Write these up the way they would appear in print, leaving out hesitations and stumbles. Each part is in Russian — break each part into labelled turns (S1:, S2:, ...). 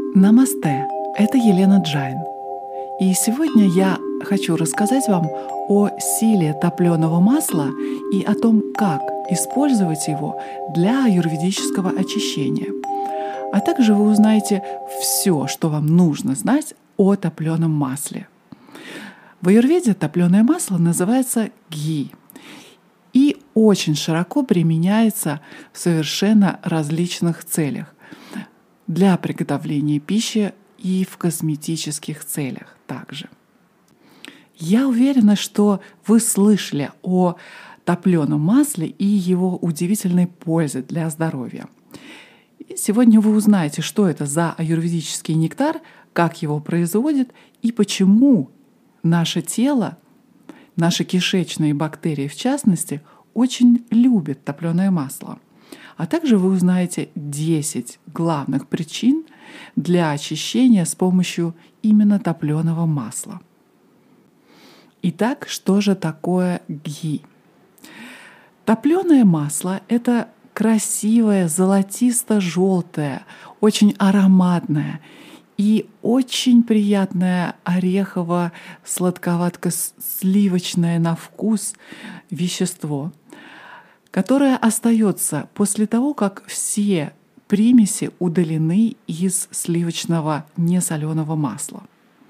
S1: Намасте, это Елена Джайн. И сегодня я хочу рассказать вам о силе топленого масла и о том, как использовать его для аюрведического очищения. А также вы узнаете все, что вам нужно знать о топленом масле. В аюрведе топленое масло называется ги и очень широко применяется в совершенно различных целях для приготовления пищи и в косметических целях также. Я уверена, что вы слышали о топленом масле и его удивительной пользе для здоровья. И сегодня вы узнаете, что это за аюрведический нектар, как его производят и почему наше тело, наши кишечные бактерии в частности, очень любят топленое масло. А также вы узнаете 10 главных причин для очищения с помощью именно топленого масла. Итак, что же такое ги? Топленое масло — это красивое, золотисто-желтое, очень ароматное и очень приятное орехово-сладковатко-сливочное на вкус вещество, которое остается после того, как все примеси удалены из сливочного несоленого масла.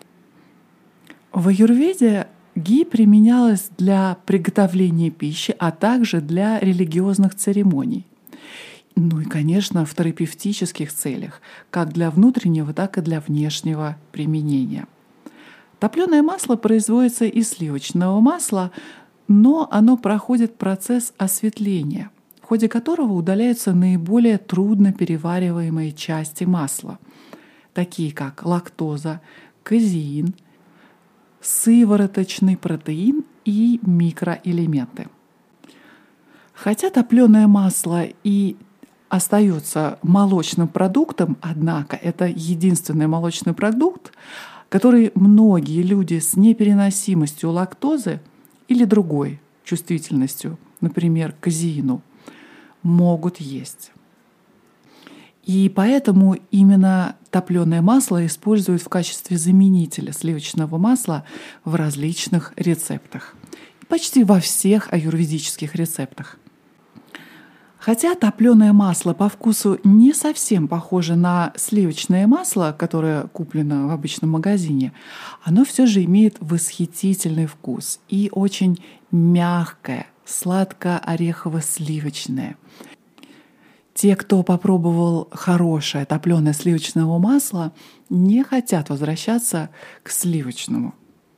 S1: В аюрведе ги применялось для приготовления пищи, а также для религиозных церемоний. Ну и, конечно, в терапевтических целях, как для внутреннего, так и для внешнего применения. Топленое масло производится из сливочного масла, но оно проходит процесс осветления, в ходе которого удаляются наиболее трудно перевариваемые части масла, такие как лактоза, казеин, сывороточный протеин и микроэлементы. Хотя топленое масло и остается молочным продуктом, однако это единственный молочный продукт, который многие люди с непереносимостью лактозы или другой чувствительностью, например, к казеину, могут есть. И поэтому именно топленое масло используют в качестве заменителя сливочного масла в различных рецептах. Почти во всех аюрведических рецептах. Хотя топленое масло по вкусу не совсем похоже на сливочное масло, которое куплено в обычном магазине, оно все же имеет восхитительный вкус и очень мягкое, сладко-орехово-сливочное. Те, кто попробовал хорошее топленое сливочного масла, не хотят возвращаться к сливочному.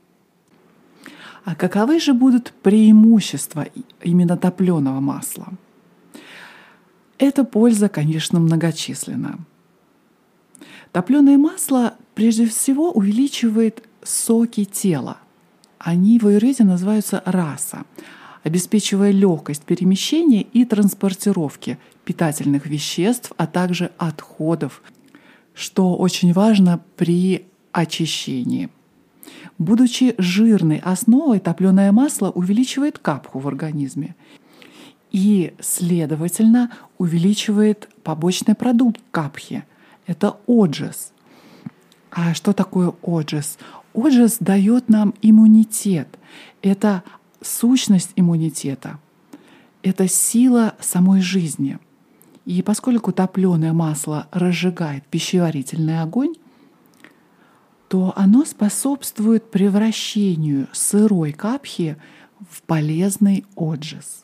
S1: А каковы же будут преимущества именно топленого масла? Эта польза, конечно, многочисленна. Топленое масло прежде всего увеличивает соки тела. Они в аюрведе называются раса, обеспечивая легкость перемещения и транспортировки питательных веществ, а также отходов, что очень важно при очищении. Будучи жирной основой, топленое масло увеличивает капху в организме и, следовательно, увеличивает побочный продукт капхи. Это оджес. А что такое оджес? Оджес дает нам иммунитет. Это сущность иммунитета. Это сила самой жизни. И поскольку топленое масло разжигает пищеварительный огонь, то оно способствует превращению сырой капхи в полезный оджес.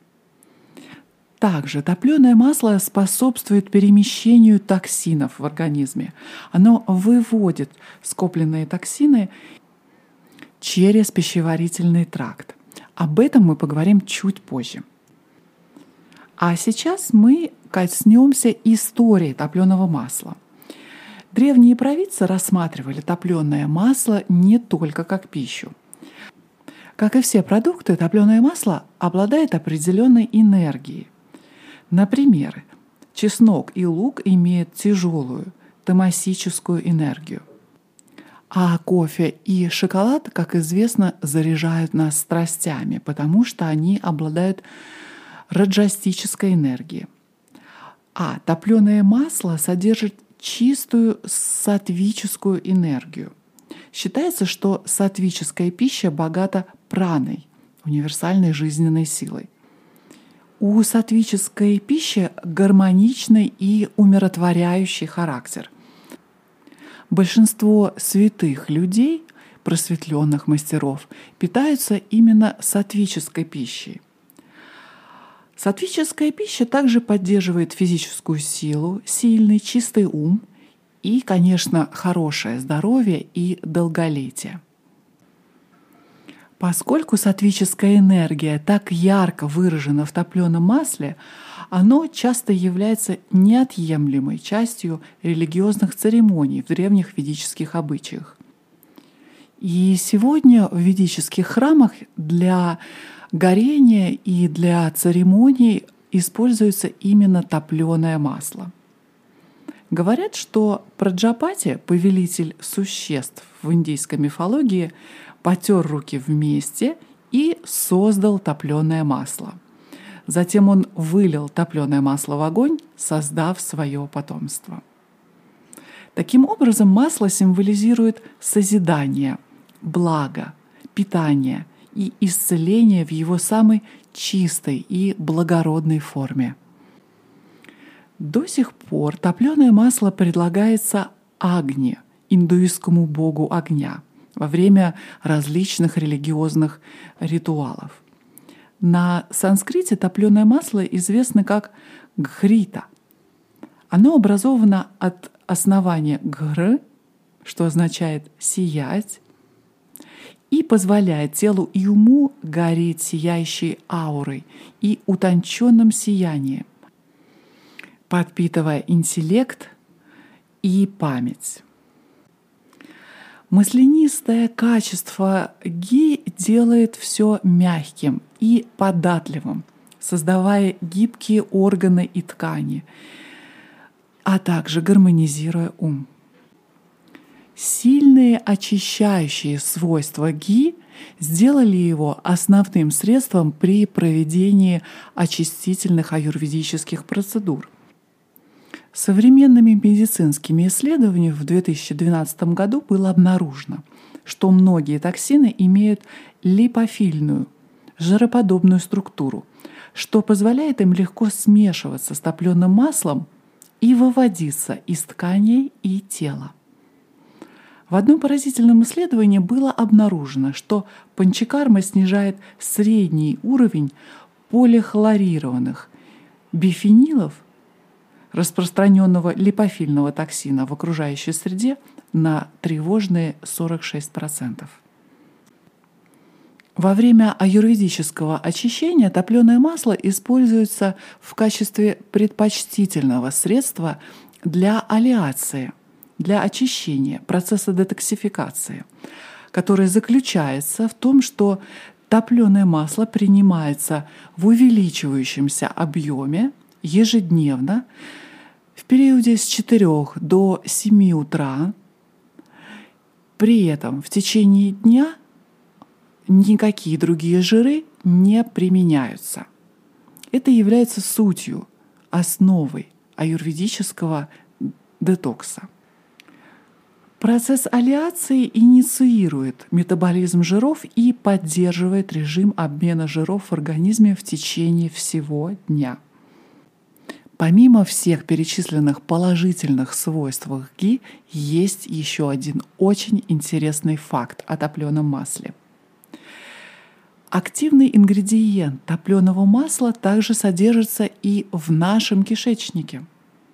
S1: Также топленое масло способствует перемещению токсинов в организме. Оно выводит скопленные токсины через пищеварительный тракт. Об этом мы поговорим чуть позже. А сейчас мы коснемся истории топленого масла. Древние провидцы рассматривали топленое масло не только как пищу. Как и все продукты, топленое масло обладает определенной энергией. Например, чеснок и лук имеют тяжелую тамасическую энергию. А кофе и шоколад, как известно, заряжают нас страстями, потому что они обладают раджастической энергией. А топленое масло содержит чистую саттвическую энергию. Считается, что саттвическая пища богата праной, универсальной жизненной силой. У саттвической пищи гармоничный и умиротворяющий характер. Большинство святых людей, просветленных мастеров, питаются именно саттвической пищей. Саттвическая пища также поддерживает физическую силу, сильный, чистый ум и, конечно, хорошее здоровье и долголетие. Поскольку саттвическая энергия так ярко выражена в топленом масле, оно часто является неотъемлемой частью религиозных церемоний в древних ведических обычаях. И сегодня в ведических храмах для горения и для церемоний используется именно топленое масло. Говорят, что Праджапати, повелитель существ в индийской мифологии, потер руки вместе и создал топленое масло. Затем он вылил топленое масло в огонь, создав свое потомство. Таким образом, масло символизирует созидание, благо, питание и исцеление в его самой чистой и благородной форме. До сих пор топленое масло предлагается Агни, индуистскому богу огня, во время различных религиозных ритуалов. На санскрите топленое масло известно как гхрита. Оно образовано от основания гхр, что означает «сиять», и позволяет телу и уму гореть сияющей аурой и утонченным сиянием, подпитывая интеллект и память. Маслянистое качество ги делает все мягким и податливым, создавая гибкие органы и ткани, а также гармонизируя ум. Сильные очищающие свойства ги сделали его основным средством при проведении очистительных аюрведических процедур. Современными медицинскими исследованиями в 2012 году было обнаружено, что многие токсины имеют липофильную, жироподобную структуру, что позволяет им легко смешиваться с топленым маслом и выводиться из тканей и тела. В одном поразительном исследовании было обнаружено, что панчакарма снижает средний уровень полихлорированных бифенилов, распространенного липофильного токсина в окружающей среде, на тревожные 46%. Во время аюрведического очищения топленое масло используется в качестве предпочтительного средства для алиации, для очищения, процесса детоксификации, который заключается в том, что топленое масло принимается в увеличивающемся объеме ежедневно в периоде с 4 до 7 утра. При этом в течение дня никакие другие жиры не применяются. Это является сутью, основой аюрведического детокса. Процесс алиации инициирует метаболизм жиров и поддерживает режим обмена жиров в организме в течение всего дня. Помимо всех перечисленных положительных свойств ги, есть еще один очень интересный факт о топленом масле. Активный ингредиент топленого масла также содержится и в нашем кишечнике.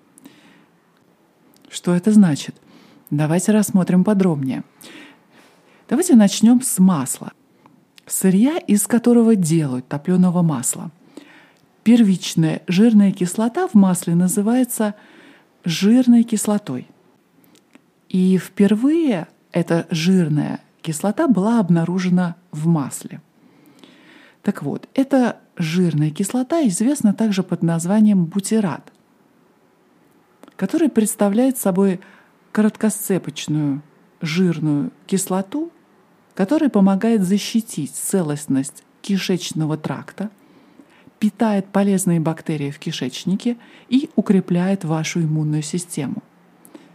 S1: Что это значит? Давайте рассмотрим подробнее. Давайте начнем с масла, сырья, из которого делают топленого масла. Первичная жирная кислота в масле называется жирной кислотой. И впервые эта жирная кислота была обнаружена в масле. Так вот, эта жирная кислота известна также под названием бутират, который представляет собой короткосцепочную жирную кислоту, которая помогает защитить целостность кишечного тракта, питает полезные бактерии в кишечнике и укрепляет вашу иммунную систему.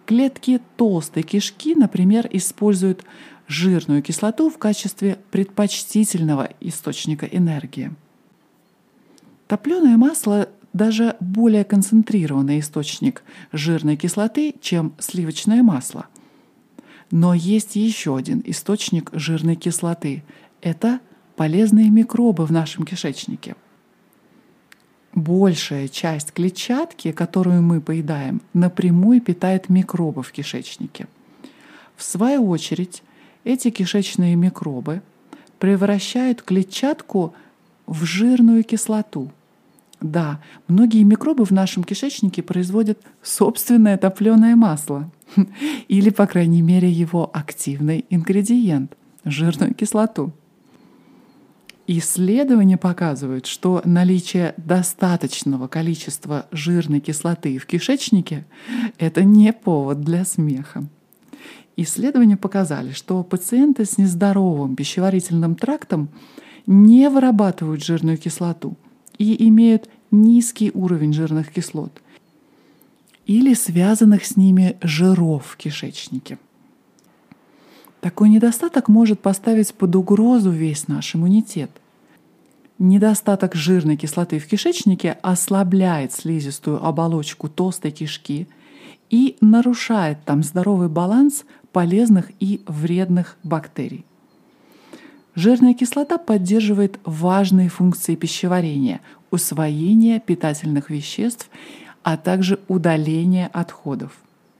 S1: Клетки толстой кишки, например, используют жирную кислоту в качестве предпочтительного источника энергии. Топленое масло даже более концентрированный источник жирной кислоты, чем сливочное масло. Но есть еще один источник жирной кислоты. Это полезные микробы в нашем кишечнике. Большая часть клетчатки, которую мы поедаем, напрямую питает микробы в кишечнике. В свою очередь, эти кишечные микробы превращают клетчатку в жирную кислоту. Да, многие микробы в нашем кишечнике производят собственное топленое масло или, по крайней мере, его активный ингредиент — жирную кислоту. Исследования показывают, что наличие достаточного количества жирной кислоты в кишечнике — это не повод для смеха. Исследования показали, что пациенты с нездоровым пищеварительным трактом не вырабатывают жирную кислоту и имеют низкий уровень жирных кислот или связанных с ними жиров в кишечнике. Такой недостаток может поставить под угрозу весь наш иммунитет. Недостаток жирной кислоты в кишечнике ослабляет слизистую оболочку толстой кишки и нарушает там здоровый баланс полезных и вредных бактерий. Жирная кислота поддерживает важные функции пищеварения, усвоение питательных веществ, а также удаление отходов.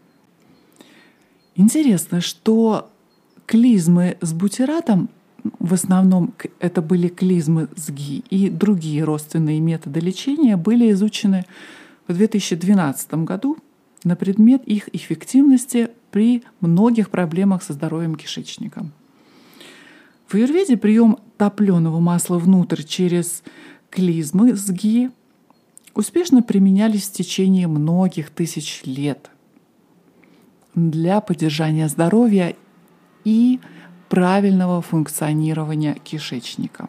S1: Интересно, что клизмы с бутиратом, в основном это были клизмы с ГИ и другие родственные методы лечения, были изучены в 2012 году на предмет их эффективности при многих проблемах со здоровьем кишечника. В аюрведе прием топленого масла внутрь через клизмы с ГИ успешно применялись в течение многих тысяч лет для поддержания здоровья и правильного функционирования кишечника.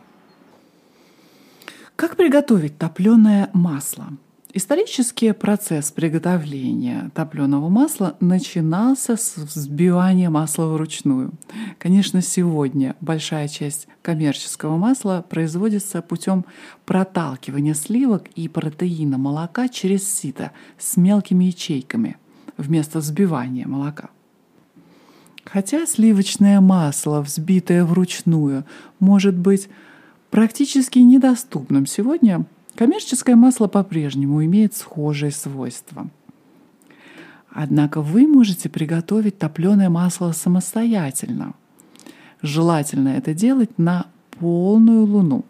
S1: Как приготовить топленое масло? Исторический процесс приготовления топленого масла начинался с взбивания масла вручную. Конечно, сегодня большая часть коммерческого масла производится путем проталкивания сливок и протеина молока через сито с мелкими ячейками вместо взбивания молока. Хотя сливочное масло, взбитое вручную, может быть практически недоступным сегодня, коммерческое масло по-прежнему имеет схожие свойства. Однако вы можете приготовить топленое масло самостоятельно. Желательно это делать на полную луну.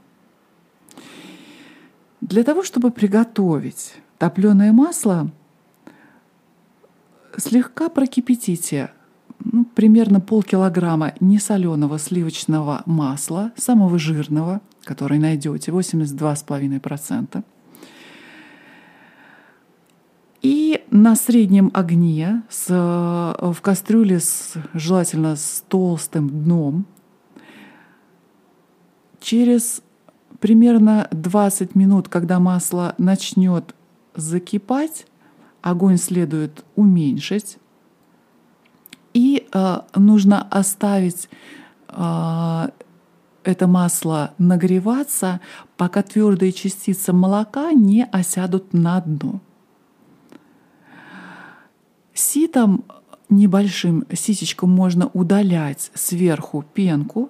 S1: Для того, чтобы приготовить топленое масло, слегка прокипятите примерно полкилограмма несоленого сливочного масла, самого жирного, который найдете, 82,5%. И на среднем огне в кастрюле желательно с толстым дном через примерно 20 минут, когда масло начнет закипать, огонь следует уменьшить. И нужно оставить это масло нагреваться, пока твердые частицы молока не осядут на дно. Ситом, небольшим ситечком, можно удалять сверху пенку.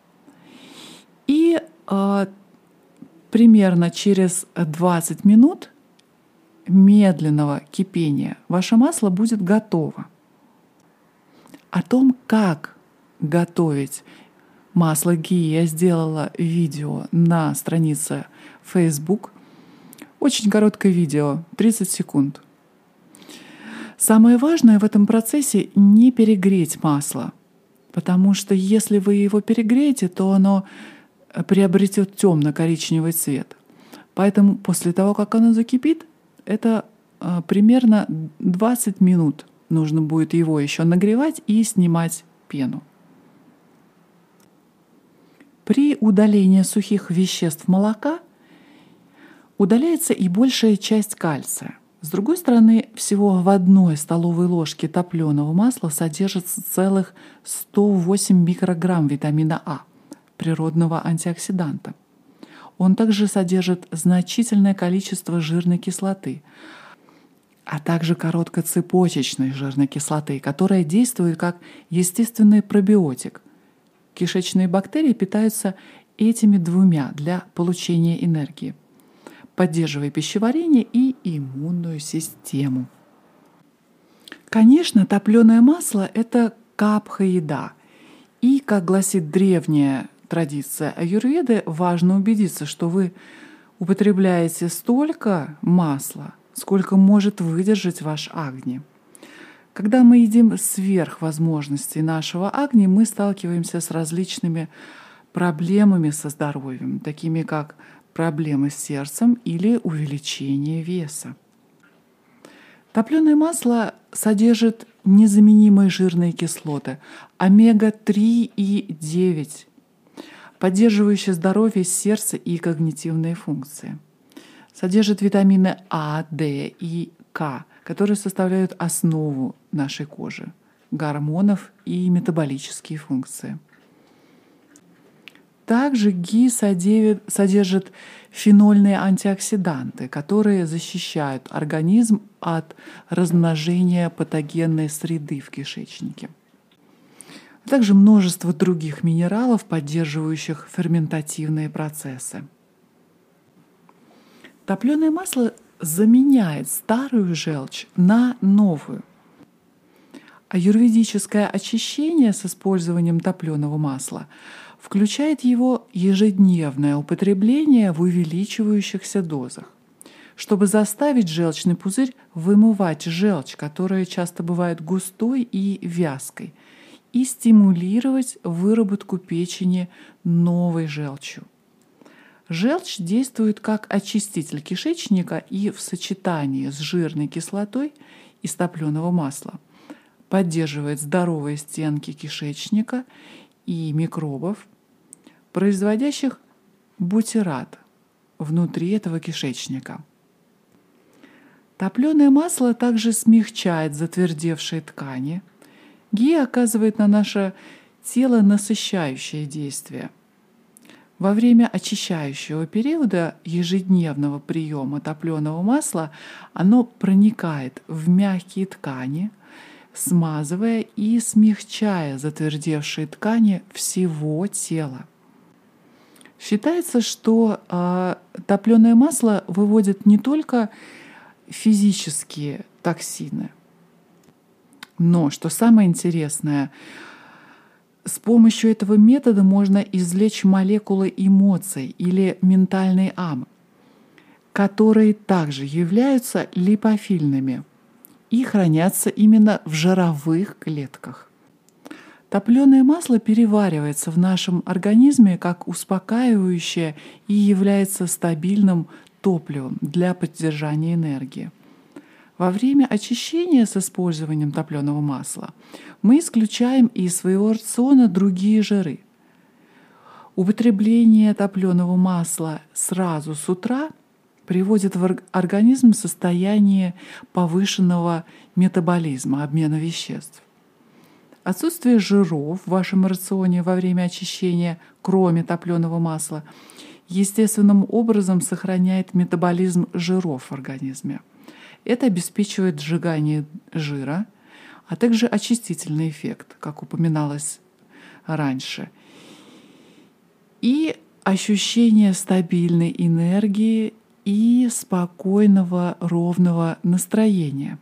S1: И примерно через 20 минут медленного кипения ваше масло будет готово. О том, как готовить масло ГИ, я сделала видео на странице Facebook. Очень короткое видео, 30 секунд. Самое важное в этом процессе — не перегреть масло, потому что если вы его перегреете, то оно приобретет темно-коричневый цвет. Поэтому после того, как оно закипит, это примерно 20 минут нужно будет его еще нагревать и снимать пену. При удалении сухих веществ молока удаляется и большая часть кальция. С другой стороны, всего в 1 столовой ложке топленого масла содержится целых 108 микрограмм витамина А, природного антиоксиданта. Он также содержит значительное количество жирной кислоты, а также короткоцепочечной жирной кислоты, которая действует как естественный пробиотик. Кишечные бактерии питаются этими двумя для получения энергии, поддерживая пищеварение и иммунную систему. Конечно, топленое масло — это капха-еда. И, как гласит древняя традиция аюрведы, важно убедиться, что вы употребляете столько масла, сколько может выдержать ваш агни. Когда мы едим сверх возможностей нашего агни, мы сталкиваемся с различными проблемами со здоровьем, такими как проблемы с сердцем или увеличение веса. Топленое масло содержит незаменимые жирные кислоты омега-3 и 9, поддерживающие здоровье сердца и когнитивные функции. Содержит витамины А, Д и К, которые составляют основу нашей кожи, гормонов и метаболические функции. Также ГИ содержит фенольные антиоксиданты, которые защищают организм от размножения патогенной среды в кишечнике. А также множество других минералов, поддерживающих ферментативные процессы. Топленое масло заменяет старую желчь на новую. Аюрведическое очищение с использованием топленого масла включает его ежедневное употребление в увеличивающихся дозах, чтобы заставить желчный пузырь вымывать желчь, которая часто бывает густой и вязкой, и стимулировать выработку печени новой желчью. Желчь действует как очиститель кишечника и в сочетании с жирной кислотой из топленого масла поддерживает здоровые стенки кишечника и микробов, производящих бутират внутри этого кишечника. Топленое масло также смягчает затвердевшие ткани. ГИ оказывает на наше тело насыщающее действие. Во время очищающего периода ежедневного приема топленого масла оно проникает в мягкие ткани, смазывая и смягчая затвердевшие ткани всего тела. Считается, что топленое масло выводит не только физические токсины, но, что самое интересное, с помощью этого метода можно извлечь молекулы эмоций или ментальной амы, которые также являются липофильными и хранятся именно в жировых клетках. Топленое масло переваривается в нашем организме как успокаивающее и является стабильным топливом для поддержания энергии. Во время очищения с использованием топленого масла мы исключаем из своего рациона другие жиры. Употребление топленого масла сразу с утра приводит в организм в состояние повышенного метаболизма, обмена веществ. Отсутствие жиров в вашем рационе во время очищения, кроме топленого масла, естественным образом сохраняет метаболизм жиров в организме. Это обеспечивает сжигание жира, а также очистительный эффект, как упоминалось раньше, и ощущение стабильной энергии и спокойного, ровного настроения.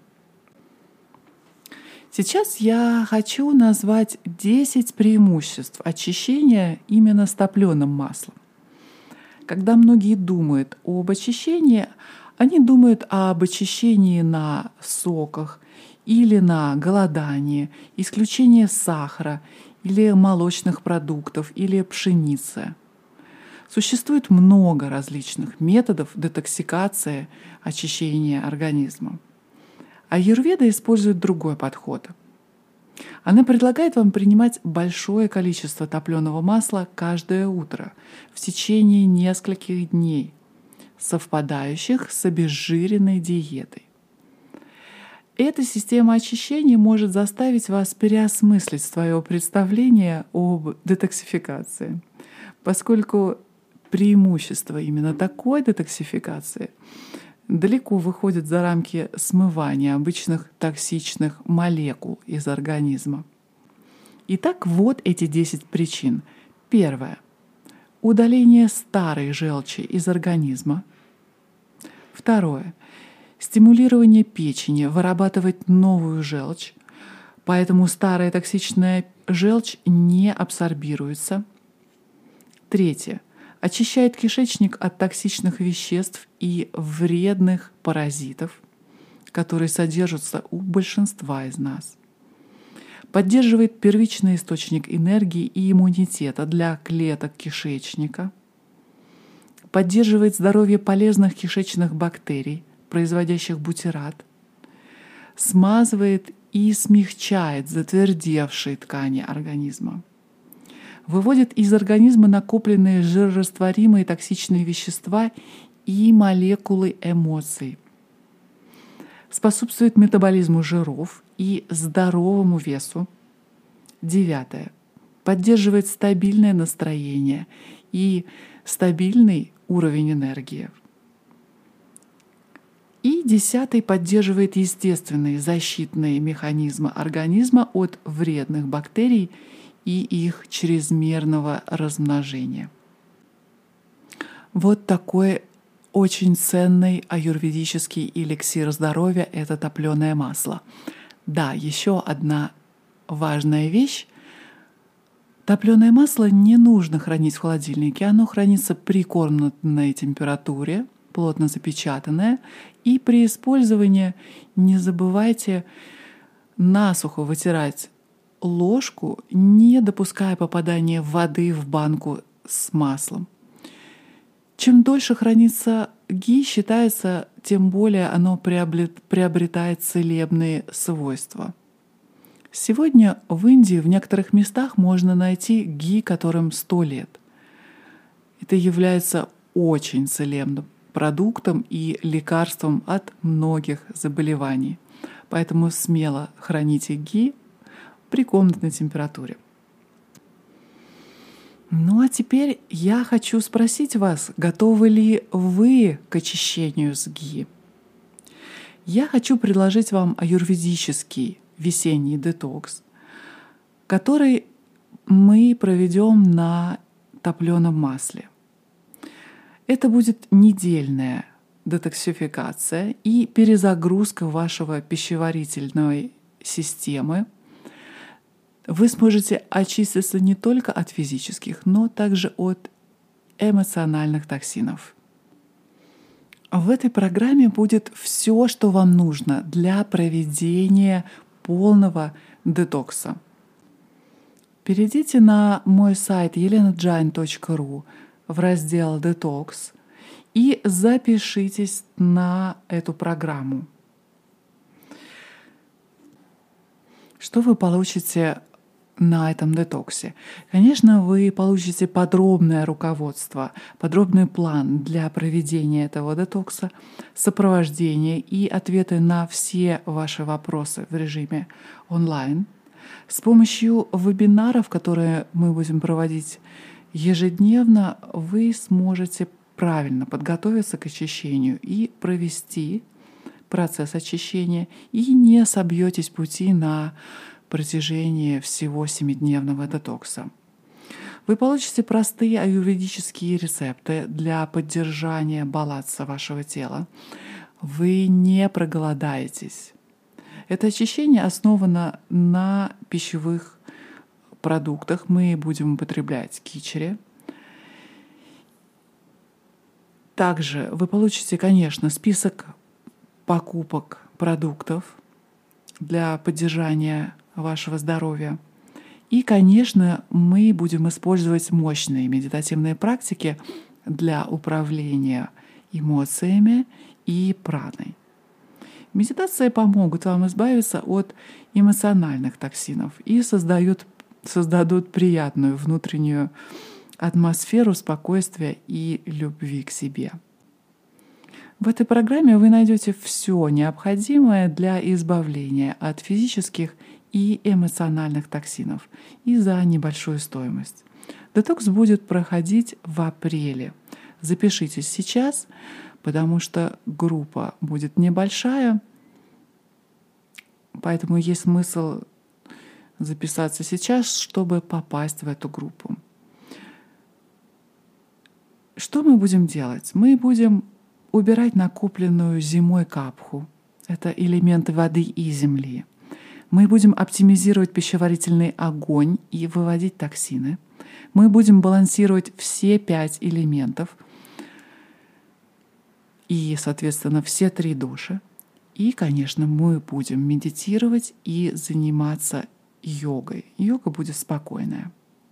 S1: Сейчас я хочу назвать 10 преимуществ очищения именно с топленым маслом. Когда многие думают об очищении, они думают об очищении на соках или на голодании, исключении сахара или молочных продуктов или пшеницы. Существует много различных методов детоксикации, очищения организма. Аюрведа использует другой подход. Она предлагает вам принимать большое количество топленого масла каждое утро в течение нескольких дней, совпадающих с обезжиренной диетой. Эта система очищения может заставить вас переосмыслить свое представление об детоксификации, поскольку преимущество именно такой детоксификации далеко выходит за рамки смывания обычных токсичных молекул из организма. Итак, вот эти 10 причин. Первое. Удаление старой желчи из организма. Второе. Стимулирование печени вырабатывать новую желчь, поэтому старая токсичная желчь не абсорбируется. Третье. Очищает кишечник от токсичных веществ и вредных паразитов, которые содержатся у большинства из нас. Поддерживает первичный источник энергии и иммунитета для клеток кишечника. Поддерживает здоровье полезных кишечных бактерий, производящих бутират. Смазывает и смягчает затвердевшие ткани организма. Выводит из организма накопленные жирорастворимые токсичные вещества и молекулы эмоций. Способствует метаболизму жиров и здоровому весу. Девятое. Поддерживает стабильное настроение и стабильный уровень энергии. И десятый. Поддерживает естественные защитные механизмы организма от вредных бактерий и их чрезмерного размножения. Вот такой очень ценный аюрведический эликсир здоровья — это топленое масло. Да, еще одна важная вещь. Топленое масло не нужно хранить в холодильнике. Оно хранится при комнатной температуре, плотно запечатанное. И при использовании не забывайте насухо вытирать ложку, не допуская попадания воды в банку с маслом. Чем дольше хранится ги, считается, тем более оно приобретает целебные свойства. Сегодня в Индии в некоторых местах можно найти ги, которым 100 лет. Это является очень целебным продуктом и лекарством от многих заболеваний. Поэтому смело храните ги при комнатной температуре. Ну а теперь я хочу спросить вас, готовы ли вы к очищению с ги? Я хочу предложить вам аюрведический весенний детокс, который мы проведем на топленом масле. Это будет недельная детоксификация и перезагрузка вашего пищеварительной системы. Вы сможете очиститься не только от физических, но также от эмоциональных токсинов. В этой программе будет все, что вам нужно для проведения полного детокса. Перейдите на мой сайт elenajain.ru в раздел «Детокс» и запишитесь на эту программу. Что вы получите на этом детоксе? Конечно, вы получите подробное руководство, подробный план для проведения этого детокса, сопровождение и ответы на все ваши вопросы в режиме онлайн. С помощью вебинаров, которые мы будем проводить ежедневно, вы сможете правильно подготовиться к очищению и провести процесс очищения, и не собьетесь пути на протяжении всего 7-дневного детокса. Вы получите простые аюрведические рецепты для поддержания баланса вашего тела. Вы не проголодаетесь. Это очищение основано на пищевых продуктах. Мы будем употреблять кичери. Также вы получите, конечно, список покупок продуктов для поддержания вашего здоровья. И, конечно, мы будем использовать мощные медитативные практики для управления эмоциями и праной. Медитации помогут вам избавиться от эмоциональных токсинов и создадут приятную внутреннюю атмосферу спокойствия и любви к себе. В этой программе вы найдете все необходимое для избавления от физических и эмоциональных токсинов и за небольшую стоимость. Детокс будет проходить в апреле. Запишитесь сейчас, потому что группа будет небольшая, поэтому есть смысл записаться сейчас, чтобы попасть в эту группу. Что мы будем делать? Мы будем убирать накопленную зимой капху. Это элементы воды и земли. Мы будем оптимизировать пищеварительный огонь и выводить токсины. Мы будем балансировать все 5 элементов и, соответственно, все 3 доши. И, конечно, мы будем медитировать и заниматься йогой. Йога будет спокойная.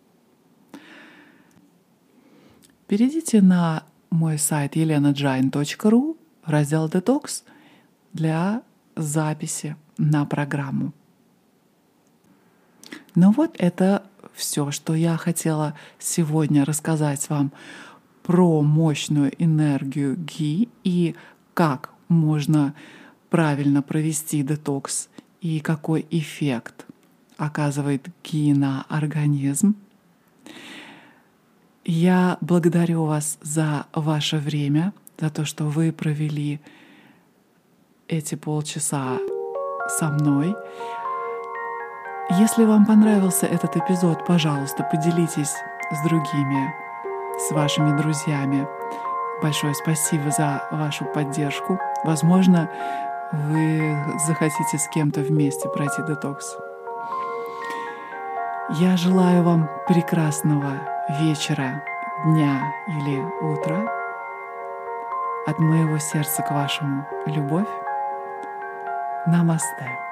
S1: Перейдите на мой сайт elenajain.ru, раздел «Детокс» для записи на программу. Ну вот это все, что я хотела сегодня рассказать вам про мощную энергию ги и как можно правильно провести детокс и какой эффект оказывает ги на организм. Я благодарю вас за ваше время, за то, что вы провели эти полчаса со мной. Если вам понравился этот эпизод, пожалуйста, поделитесь с другими, с вашими друзьями. Большое спасибо за вашу поддержку. Возможно, вы захотите с кем-то вместе пройти детокс. Я желаю вам прекрасного вечера, дня или утра. От моего сердца к вашему любовь. Намасте.